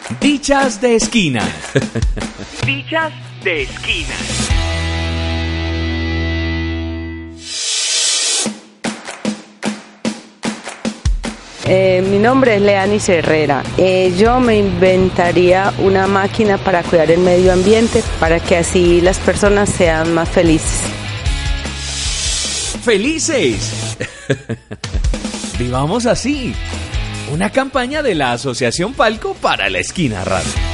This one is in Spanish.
Dichas de esquina. Dichas de esquina. Mi nombre es Leanis Herrera. Yo me inventaría una máquina para cuidar el medio ambiente para que así las personas sean más felices. ¡Felices! Vivamos así. Una campaña de la Asociación Palco para la Esquina Radio.